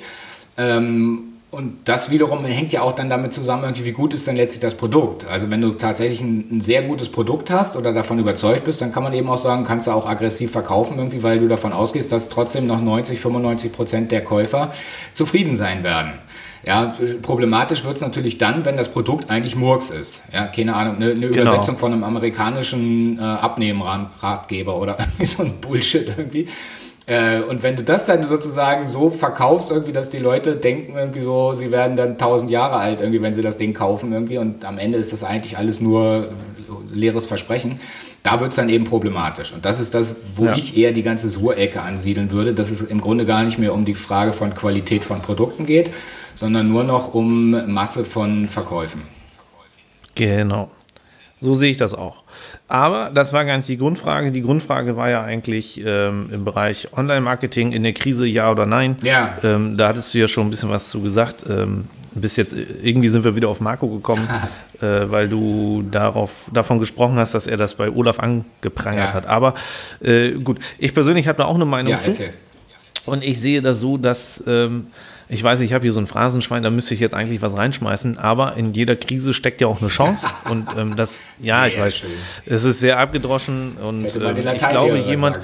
Und das wiederum hängt ja auch dann damit zusammen, irgendwie, wie gut ist denn letztlich das Produkt? Also wenn du tatsächlich ein sehr gutes Produkt hast oder davon überzeugt bist, dann kann man eben auch sagen, kannst du auch aggressiv verkaufen, irgendwie, weil du davon ausgehst, dass trotzdem noch 90-95% der Käufer zufrieden sein werden. Ja, problematisch wird es natürlich dann, wenn das Produkt eigentlich Murks ist. Ja, keine Ahnung, eine Übersetzung von einem amerikanischen Abnehmratgeber oder so ein Bullshit irgendwie. Und wenn du das dann sozusagen so verkaufst, irgendwie, dass die Leute denken irgendwie so, sie werden dann 1000 Jahre alt, irgendwie, wenn sie das Ding kaufen irgendwie, und am Ende ist das eigentlich alles nur leeres Versprechen, da wird es dann eben problematisch. Und das ist das, wo ich eher die ganze Sur-Ecke ansiedeln würde, dass es im Grunde gar nicht mehr um die Frage von Qualität von Produkten geht, sondern nur noch um Masse von Verkäufen. Genau. So sehe ich das auch. Aber das war gar nicht die Grundfrage. Die Grundfrage war ja eigentlich im Bereich Online-Marketing in der Krise, ja oder nein. Ja. Da hattest du ja schon ein bisschen was zu gesagt. Bis jetzt, irgendwie sind wir wieder auf Marco gekommen, weil du davon gesprochen hast, dass er das bei Olaf angeprangert hat. Aber gut, ich persönlich habe da auch eine Meinung zu. Erzähl. Und ich sehe das so, dass ich weiß, ich habe hier so ein Phrasenschwein, da müsste ich jetzt eigentlich was reinschmeißen, aber in jeder Krise steckt ja auch eine Chance. Und das, ja, sehr ich weiß, schön. Es ist sehr abgedroschen und ich glaube, jemand.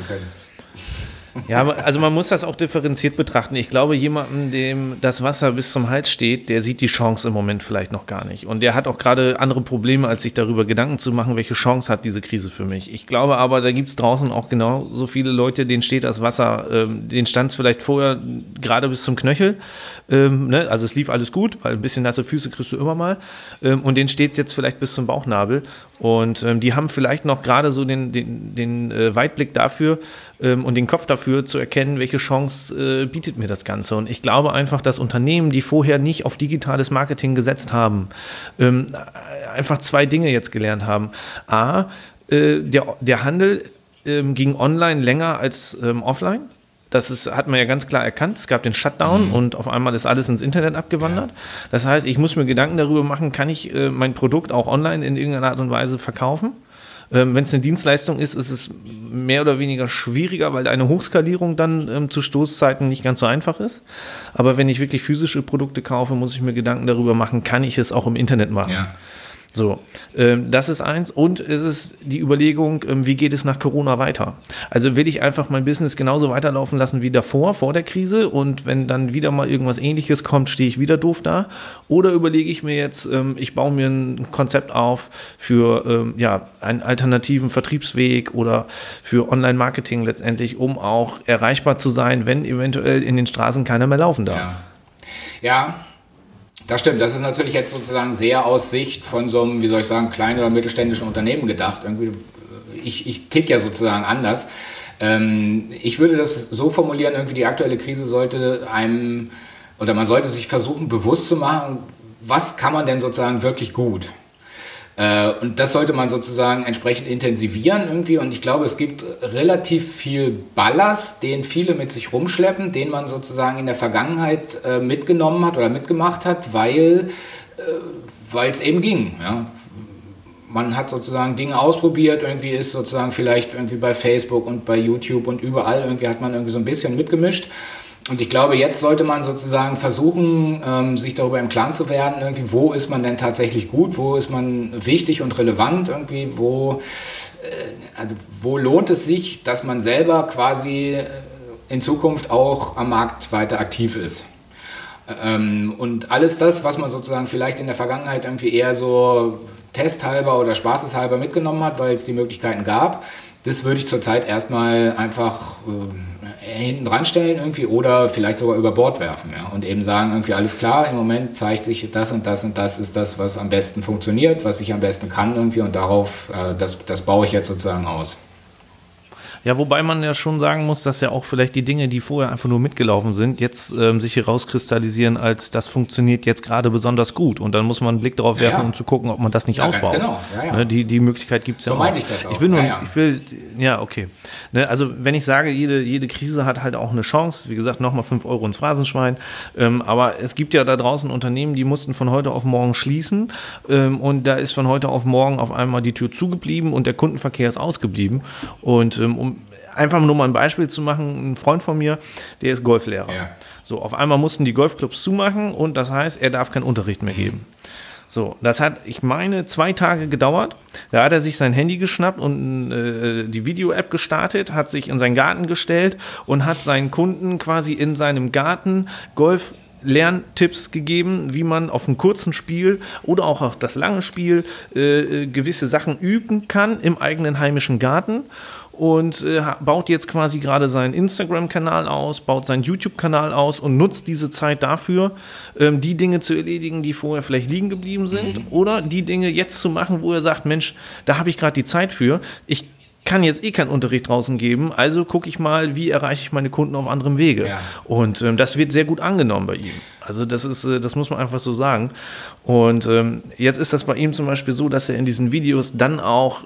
Ja, also man muss das auch differenziert betrachten. Ich glaube, jemandem, dem das Wasser bis zum Hals steht, der sieht die Chance im Moment vielleicht noch gar nicht. Und der hat auch gerade andere Probleme, als sich darüber Gedanken zu machen, welche Chance hat diese Krise für mich. Ich glaube aber, da gibt es draußen auch genauso viele Leute, denen steht das Wasser, denen stand es vielleicht vorher gerade bis zum Knöchel. Also es lief alles gut, weil ein bisschen nasse Füße kriegst du immer mal. Und denen steht es jetzt vielleicht bis zum Bauchnabel. Und die haben vielleicht noch gerade so den Weitblick dafür und den Kopf dafür zu erkennen, welche Chance bietet mir das Ganze. Und ich glaube einfach, dass Unternehmen, die vorher nicht auf digitales Marketing gesetzt haben, einfach zwei Dinge jetzt gelernt haben. A, der Handel ging online länger als offline. Hat man ja ganz klar erkannt. Es gab den Shutdown und auf einmal ist alles ins Internet abgewandert. Ja. Das heißt, ich muss mir Gedanken darüber machen, kann ich mein Produkt auch online in irgendeiner Art und Weise verkaufen? Wenn es eine Dienstleistung ist, ist es mehr oder weniger schwieriger, weil eine Hochskalierung dann zu Stoßzeiten nicht ganz so einfach ist. Aber wenn ich wirklich physische Produkte kaufe, muss ich mir Gedanken darüber machen, kann ich es auch im Internet machen? Ja. So, das ist eins. Und es ist die Überlegung, wie geht es nach Corona weiter? Also will ich einfach mein Business genauso weiterlaufen lassen wie davor, vor der Krise, und wenn dann wieder mal irgendwas Ähnliches kommt, stehe ich wieder doof da? Oder überlege ich mir jetzt, ich baue mir ein Konzept auf für einen alternativen Vertriebsweg oder für Online-Marketing letztendlich, um auch erreichbar zu sein, wenn eventuell in den Straßen keiner mehr laufen darf. Ja. Das stimmt, das ist natürlich jetzt sozusagen sehr aus Sicht von so einem, wie soll ich sagen, kleinen oder mittelständischen Unternehmen gedacht. Irgendwie, ich tick ja sozusagen anders. Ich würde das so formulieren, irgendwie die aktuelle Krise sollte einem, oder man sollte sich versuchen bewusst zu machen, was kann man denn sozusagen wirklich gut? Und das sollte man sozusagen entsprechend intensivieren irgendwie. Und ich glaube, es gibt relativ viel Ballast, den viele mit sich rumschleppen, den man sozusagen in der Vergangenheit mitgenommen hat oder mitgemacht hat, weil es eben ging. Ja. Man hat sozusagen Dinge ausprobiert, irgendwie ist sozusagen vielleicht irgendwie bei Facebook und bei YouTube und überall irgendwie hat man irgendwie so ein bisschen mitgemischt. Und ich glaube, jetzt sollte man sozusagen versuchen, sich darüber im Klaren zu werden, irgendwie, wo ist man denn tatsächlich gut, wo ist man wichtig und relevant, irgendwie, wo lohnt es sich, dass man selber quasi in Zukunft auch am Markt weiter aktiv ist. Und alles das, was man sozusagen vielleicht in der Vergangenheit irgendwie eher so testhalber oder spaßeshalber mitgenommen hat, weil es die Möglichkeiten gab, das würde ich zurzeit erstmal einfach hinten dran stellen irgendwie oder vielleicht sogar über Bord werfen, ja, und eben sagen, irgendwie alles klar, im Moment zeigt sich das und das und das ist das, was am besten funktioniert, was ich am besten kann irgendwie und darauf, das baue ich jetzt sozusagen aus. Ja, wobei man ja schon sagen muss, dass ja auch vielleicht die Dinge, die vorher einfach nur mitgelaufen sind, jetzt sich herauskristallisieren, als das funktioniert jetzt gerade besonders gut. Und dann muss man einen Blick darauf werfen, um zu gucken, ob man das nicht ausbaut. Ganz genau. Ja. Die Möglichkeit gibt es ja auch. So meinte ich das auch. Okay. Ne, also wenn ich sage, jede Krise hat halt auch eine Chance, wie gesagt, nochmal 5 Euro ins Phrasenschwein, aber es gibt ja da draußen Unternehmen, die mussten von heute auf morgen schließen und da ist von heute auf morgen auf einmal die Tür zugeblieben und der Kundenverkehr ist ausgeblieben und einfach nur mal ein Beispiel zu machen, ein Freund von mir, der ist Golflehrer. Ja. So, auf einmal mussten die Golfclubs zumachen und das heißt, er darf keinen Unterricht mehr geben. So, das hat, ich meine, 2 Tage gedauert. Da hat er sich sein Handy geschnappt und die Video-App gestartet, hat sich in seinen Garten gestellt und hat seinen Kunden quasi in seinem Garten Lerntipps gegeben, wie man auf einem kurzen Spiel oder auch auf das lange Spiel gewisse Sachen üben kann im eigenen heimischen Garten. Und baut jetzt quasi gerade seinen Instagram-Kanal aus, baut seinen YouTube-Kanal aus und nutzt diese Zeit dafür, die Dinge zu erledigen, die vorher vielleicht liegen geblieben sind oder die Dinge jetzt zu machen, wo er sagt, Mensch, da habe ich gerade die Zeit für. Ich kann jetzt keinen Unterricht draußen geben, also gucke ich mal, wie erreiche ich meine Kunden auf anderem Wege. Ja. Und das wird sehr gut angenommen bei ihm. Also das muss man einfach so sagen. Und jetzt ist das bei ihm zum Beispiel so, dass er in diesen Videos dann auch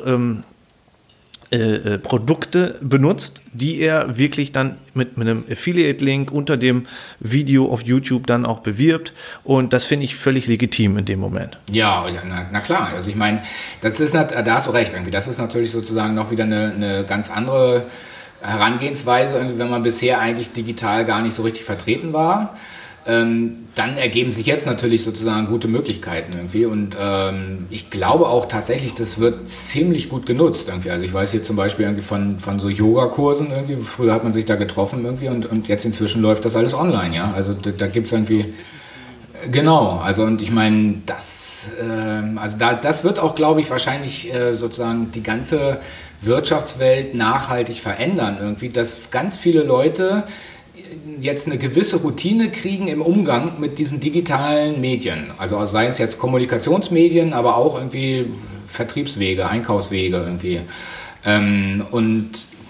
Produkte benutzt, die er wirklich dann mit einem Affiliate-Link unter dem Video auf YouTube dann auch bewirbt und das finde ich völlig legitim in dem Moment. Ja, na klar, also ich meine, da hast du recht, irgendwie. Das ist natürlich sozusagen noch wieder eine ganz andere Herangehensweise, irgendwie, wenn man bisher eigentlich digital gar nicht so richtig vertreten war. Dann ergeben sich jetzt natürlich sozusagen gute Möglichkeiten irgendwie und ich glaube auch tatsächlich, das wird ziemlich gut genutzt irgendwie. Also ich weiß hier zum Beispiel irgendwie von so Yoga-Kursen irgendwie, früher hat man sich da getroffen irgendwie und jetzt inzwischen läuft das alles online, ja, also da gibt es irgendwie, genau, also und ich meine, das wird auch, glaube ich, wahrscheinlich sozusagen die ganze Wirtschaftswelt nachhaltig verändern irgendwie, dass ganz viele Leute jetzt eine gewisse Routine kriegen im Umgang mit diesen digitalen Medien. Also seien es jetzt Kommunikationsmedien, aber auch irgendwie Vertriebswege, Einkaufswege irgendwie. Und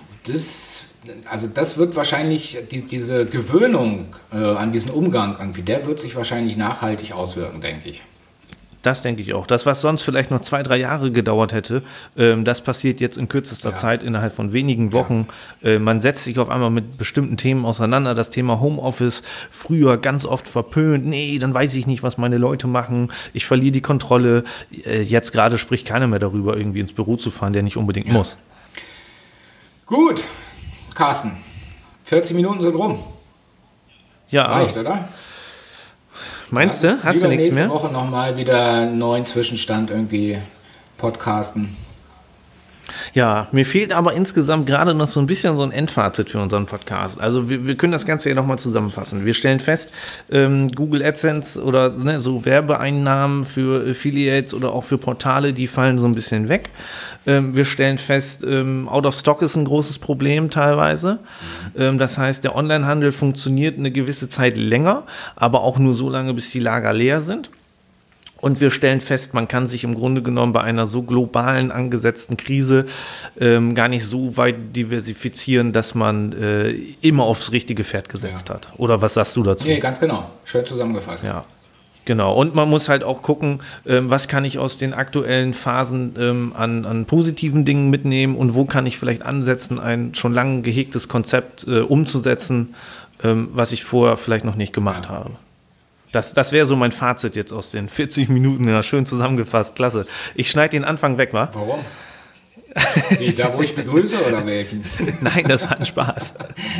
das wird wahrscheinlich, diese Gewöhnung an diesen Umgang irgendwie, der wird sich wahrscheinlich nachhaltig auswirken, denke ich. Das denke ich auch. Das, was sonst vielleicht noch 2-3 Jahre gedauert hätte, das passiert jetzt in kürzester Zeit, innerhalb von wenigen Wochen. Ja. Man setzt sich auf einmal mit bestimmten Themen auseinander. Das Thema Homeoffice, früher ganz oft verpönt. Nee, dann weiß ich nicht, was meine Leute machen. Ich verliere die Kontrolle. Jetzt gerade spricht keiner mehr darüber, irgendwie ins Büro zu fahren, der nicht unbedingt muss. Gut, Carsten. 40 Minuten sind rum. Ja. Reicht, oder? Meinst du? Hast du nichts mehr? Nächste Woche nochmal wieder einen neuen Zwischenstand irgendwie podcasten. Ja, mir fehlt aber insgesamt gerade noch so ein bisschen so ein Endfazit für unseren Podcast. Also wir können das Ganze ja nochmal zusammenfassen. Wir stellen fest, Google AdSense oder so Werbeeinnahmen für Affiliates oder auch für Portale, die fallen so ein bisschen weg. Wir stellen fest, Out of Stock ist ein großes Problem teilweise. Das heißt, der Onlinehandel funktioniert eine gewisse Zeit länger, aber auch nur so lange, bis die Lager leer sind. Und wir stellen fest, man kann sich im Grunde genommen bei einer so globalen angesetzten Krise gar nicht so weit diversifizieren, dass man immer aufs richtige Pferd gesetzt hat. Oder was sagst du dazu? Nee, ganz genau. Schön zusammengefasst. Ja, genau. Und man muss halt auch gucken, was kann ich aus den aktuellen Phasen an positiven Dingen mitnehmen und wo kann ich vielleicht ansetzen, ein schon lange gehegtes Konzept umzusetzen, was ich vorher vielleicht noch nicht gemacht habe. Das wäre so mein Fazit jetzt aus den 40 Minuten. Ja, schön zusammengefasst, klasse. Ich schneide den Anfang weg, wa? Warum? Wie, da, wo ich begrüße oder welchen? Nein, das war ein Spaß.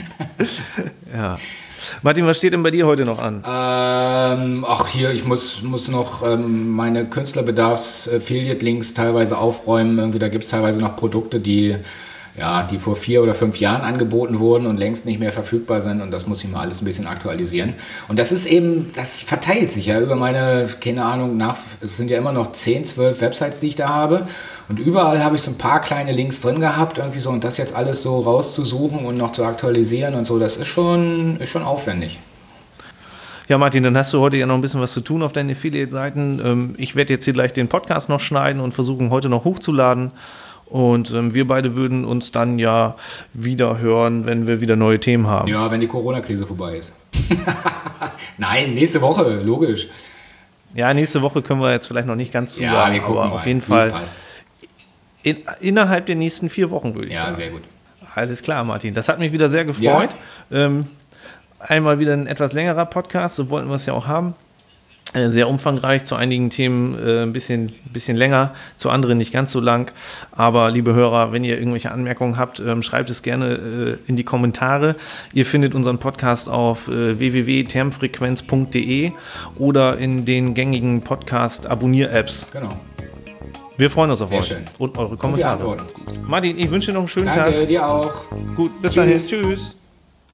Ja. Martin, was steht denn bei dir heute noch an? Ich muss noch meine Künstlerbedarfs-Affiliate-Links teilweise aufräumen. Irgendwie, da gibt es teilweise noch Produkte, die vor 4 oder 5 Jahren angeboten wurden und längst nicht mehr verfügbar sind, und das muss ich mal alles ein bisschen aktualisieren. Und das ist eben, das verteilt sich ja über meine, keine Ahnung, es sind ja immer noch 10, 12 Websites, die ich da habe, und überall habe ich so ein paar kleine Links drin gehabt, irgendwie so, und das jetzt alles so rauszusuchen und noch zu aktualisieren und so, das ist schon aufwendig. Ja, Martin, dann hast du heute ja noch ein bisschen was zu tun auf deinen Affiliate-Seiten. Ich werde jetzt hier gleich den Podcast noch schneiden und versuchen, heute noch hochzuladen. Und wir beide würden uns dann ja wieder hören, wenn wir wieder neue Themen haben. Ja, wenn die Corona-Krise vorbei ist. Nein, nächste Woche, logisch. Ja, nächste Woche können wir jetzt vielleicht noch nicht ganz zusagen, ja, wir gucken aber mal, auf jeden Fall innerhalb der nächsten 4 Wochen, würde ich sagen. Ja, sehr gut. Alles klar, Martin. Das hat mich wieder sehr gefreut. Ja. Einmal wieder ein etwas längerer Podcast, so wollten wir es ja auch haben. Sehr umfangreich, zu einigen Themen ein bisschen länger, zu anderen nicht ganz so lang. Aber liebe Hörer, wenn ihr irgendwelche Anmerkungen habt, schreibt es gerne in die Kommentare. Ihr findet unseren Podcast auf www.termfrequenz.de oder in den gängigen Podcast-Abonnier-Apps. Genau. Wir freuen uns auf Sehr euch schön. und eure Kommentare. Und die Antworten. Martin, ich wünsche dir noch einen schönen Danke, Tag. dir auch. Gut, bis dahin. Tschüss.